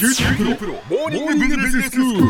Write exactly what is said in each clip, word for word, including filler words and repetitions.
キューティープロモーニングビジネススクール。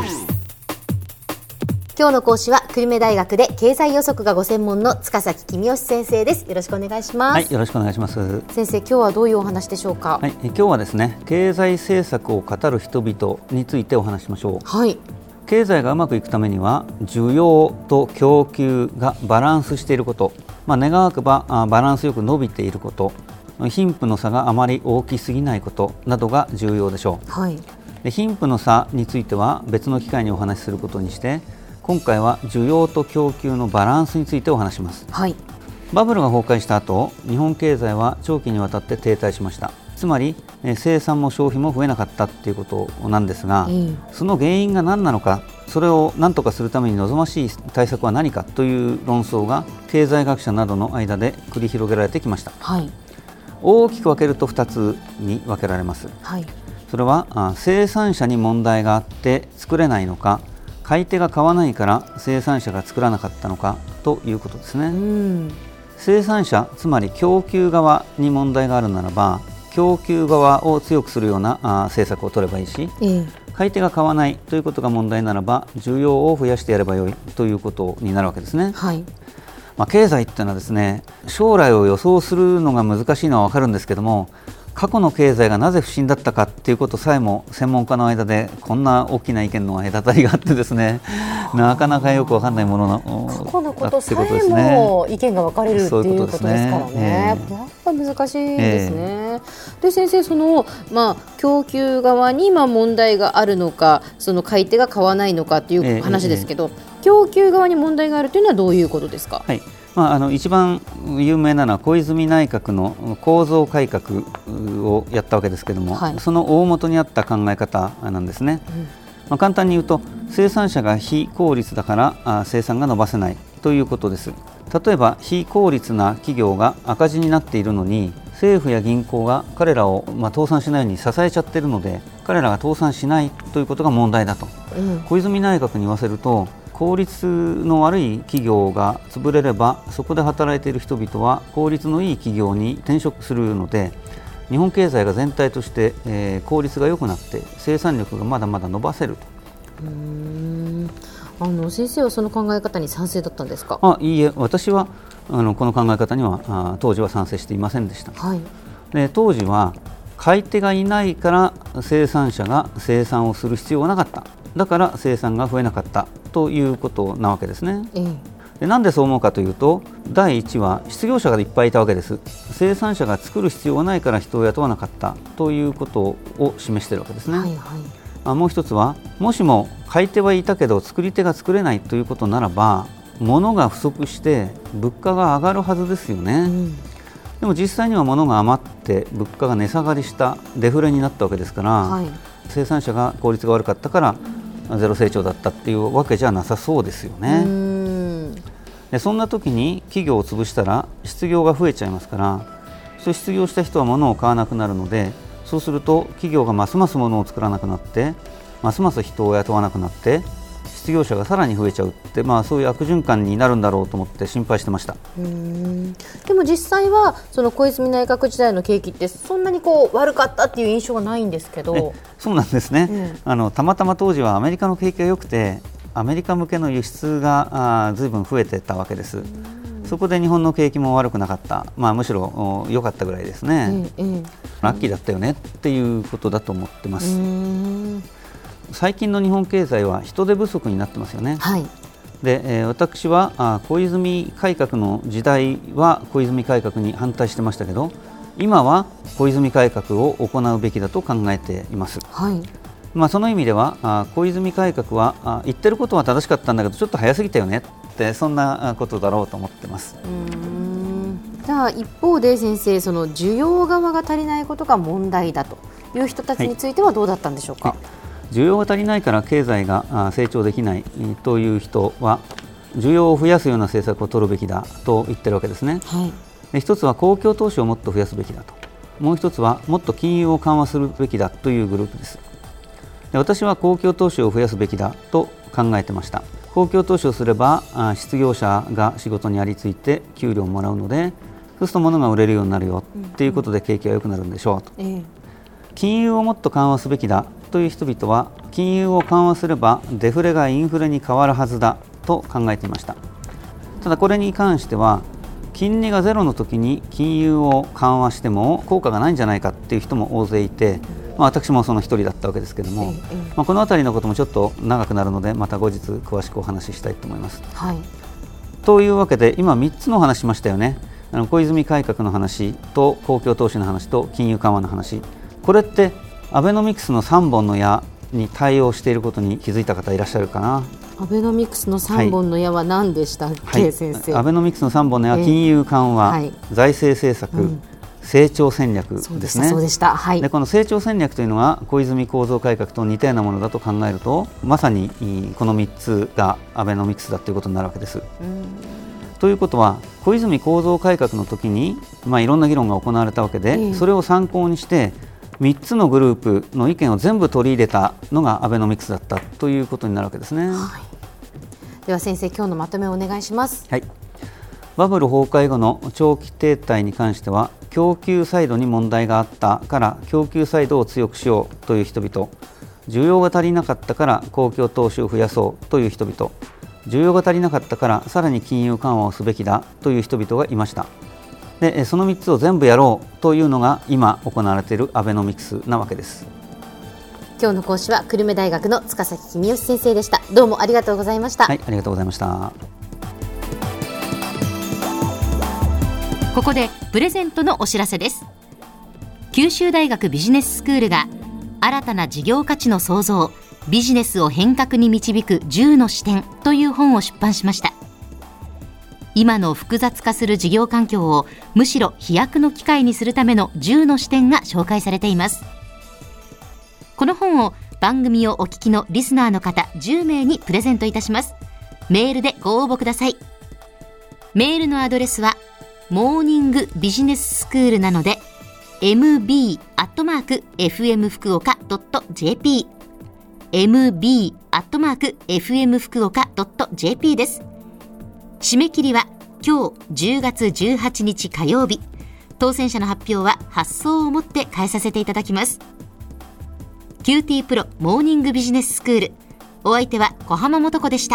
今日の講師は久留米大学で経済予測がご専門の塚崎公義先生です。よろしくお願いします。 はい、よろしくお願いします。 先生、今日はどういうお話でしょうか。 はい、今日はですね、経済政策を語る人々についてお話ししましょう。 はい。 経済がうまくいくためには需要と供給がバランスしていること、まあ、願わくばバランスよく伸びていること、貧富の差があまり大きすぎないことなどが重要でしょう。 はい。 で、貧富の差については別の機会にお話しすることにして、今回は需要と供給のバランスについてお話します。 はい。 バブルが崩壊した後、日本経済は長期にわたって停滞しました。つまり生産も消費も増えなかったということなんですが、うん、その原因が何なのか、それを何とかするために望ましい対策は何かという論争が経済学者などの間で繰り広げられてきました。 はい。 大きく分けるとふたつに分けられます。 はい。それは生産者に問題があって作れないのか、買い手が買わないから生産者が作らなかったのかということですね。うん、生産者、つまり供給側に問題があるならば、供給側を強くするような政策を取ればいいし、えー、買い手が買わないということが問題ならば需要を増やしてやればよいということになるわけですね。 はい。 まあ、経済っていうのはですね、将来を予想するのが難しいのは分かるんですけども、過去の経済がなぜ不振だったかということさえも専門家の間でこんな大きな意見の隔たりがあってですね、なかなかよく分かんないものの過去のことさえも意見が分かれるということですからね。やっぱ難しいですね。えー、で先生、その、まあ、供給側にまあ問題があるのか、その買い手が買わないのかという話ですけど、えーえー、供給側に問題があるというのはどういうことですか。 はい、まあ、あの一番有名なのは小泉内閣の構造改革をやったわけですけれども、はい、その大元にあった考え方なんですね。うん、まあ、簡単に言うと、生産者が非効率だからあ生産が伸ばせないということです。例えば非効率な企業が赤字になっているのに、政府や銀行が彼らを、まあ、倒産しないように支えちゃっているので、彼らが倒産しないということが問題だと。うん、小泉内閣に言わせると、効率の悪い企業が潰れれば、そこで働いている人々は効率のいい企業に転職するので、日本経済が全体として、えー、効率が良くなって生産力がまだまだ伸ばせると。 うーん、あの先生はその考え方に賛成だったんですか。 あ、いいえ、私はあのこの考え方にはあ当時は賛成していませんでした。はい、で当時は買い手がいないから生産者が生産をする必要がなかった、だから生産が増えなかったということなわけですね。ええ、でなんでそう思うかというと、だいいちは失業者がいっぱいいたわけです。生産者が作る必要がないから人を雇わなかったということを示しているわけですね。はいはい、あもう一つは、もしも買い手はいたけど作り手が作れないということならば、物が不足して物価が上がるはずですよね。うん、でも実際には物が余って物価が値下がりしたデフレになったわけですから、はい、生産者が効率が悪かったからゼロ成長だったっていうわけじゃなさそうですよね。うーん、でそんな時に企業を潰したら失業が増えちゃいますから、そう失業した人は物を買わなくなるので、そうすると企業がますます物を作らなくなって、ますます人を雇わなくなって失業者がさらに増えちゃうって、まあ、そういう悪循環になるんだろうと思って心配してました。 うーん、でも実際はその小泉内閣時代の景気ってそんなにこう悪かったっていう印象がないんですけど。 そうなんですね。うん、あのたまたま当時はアメリカの景気が良くて、アメリカ向けの輸出がずいぶん増えてたわけです。そこで日本の景気も悪くなかった、まあ、むしろ良かったぐらいですね。うんうん、ラッキーだったよねっていうことだと思ってます。うーん、最近の日本経済は人手不足になってますよね。はい、で、えー、私はあ小泉改革の時代は小泉改革に反対してましたけど、今は小泉改革を行うべきだと考えています。はい、まあ、その意味ではあ小泉改革はあ言ってることは正しかったんだけどちょっと早すぎたよねって、そんなことだろうと思ってます。 うーん、じゃあ一方で先生、その需要側が足りないことが問題だという人たちについてはどうだったんでしょうか。はいはい、 需要が足りないから経済が成長できないという人は、需要を増やすような政策を取るべきだと言ってるわけですね。はい、で一つは公共投資をもっと増やすべきだと、もう一つはもっと金融を緩和するべきだというグループです。で私は公共投資を増やすべきだと考えてました。公共投資をすれば失業者が仕事にありついて給料をもらうので、そうすると物が売れるようになるよということで景気が良くなるんでしょうと。うんうん、金融をもっと緩和すべきだという人々は金融を緩和すればデフレがインフレに変わるはずだと考えていました。ただこれに関しては金利がゼロの時に金融を緩和しても効果がないんじゃないかっていう人も大勢いて、まあ、私もその一人だったわけですけれども、まあ、このあたりのこともちょっと長くなるのでまた後日詳しくお話ししたいと思います。 はい、 というわけで今みっつのお話しましたよね。あの小泉改革の話と公共投資の話と金融緩和の話、これってアベノミクスのさんぼんの矢に対応していることに気づいた方いらっしゃるかな。 アベノミクスのさんぼんの矢は何でしたっけ、はい、先生。 アベノミクスのさんぼんの矢は金融緩和、えーはい、財政政策、うん、成長戦略ですね。 そうでした、はい、 でこの成長戦略というのが小泉構造改革と似たようなものだと考えると、まさにこのみっつがアベノミクスだということになるわけです。うん、ということは小泉構造改革の時に、まあ、いろんな議論が行われたわけで、えー、それを参考にしてみっつのグループの意見を全部取り入れたのがアベノミクスだったということになるわけですね。はい、 では先生、今日のまとめをお願いします。 はい、バブル崩壊後の長期停滞に関しては供給サイドに問題があったから供給サイドを強くしようという人々、需要が足りなかったから公共投資を増やそうという人々、需要が足りなかったからさらに金融緩和をすべきだという人々がいました。でそのみっつを全部やろうというのが今行われているアベノミクスなわけです。 今日の講師は久留米大学の塚崎公義先生でした。どうもありがとうございました。 はい、ありがとうございました。 ここでプレゼントのお知らせです。九州大学ビジネススクールが新たな事業価値の創造、ビジネスを変革に導くじゅうの視点という本を出版しました。今の複雑化する事業環境をむしろ飛躍の機会にするためのじゅうの視点が紹介されています。この本を番組をお聞きのリスナーの方じゅうめいにプレゼントいたします。メールでご応募ください。メールのアドレスはモーニングビジネススクールなので エムビー アットマーク エフエム 福岡 ドット ジェーピー エムビー アットマーク エフエム 福岡 ドット ジェーピー です。締め切りは今日じゅうがつじゅうはちにち火曜日。当選者の発表は発送をもって返させていただきます。キューティー プロモーニングビジネススクール、お相手は小浜もとこでした。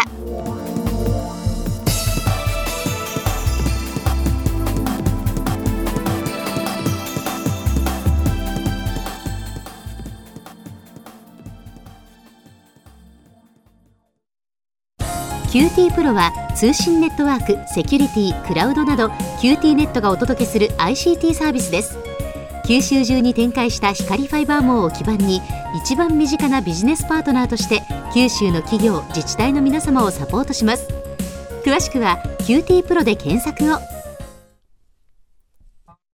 キューティー プロは通信ネットワーク、セキュリティ、クラウドなど キューティー ネットがお届けする アイシーティー サービスです。九州中に展開した光ファイバー網を基盤に一番身近なビジネスパートナーとして九州の企業、自治体の皆様をサポートします。詳しくは キューティー プロで検索を。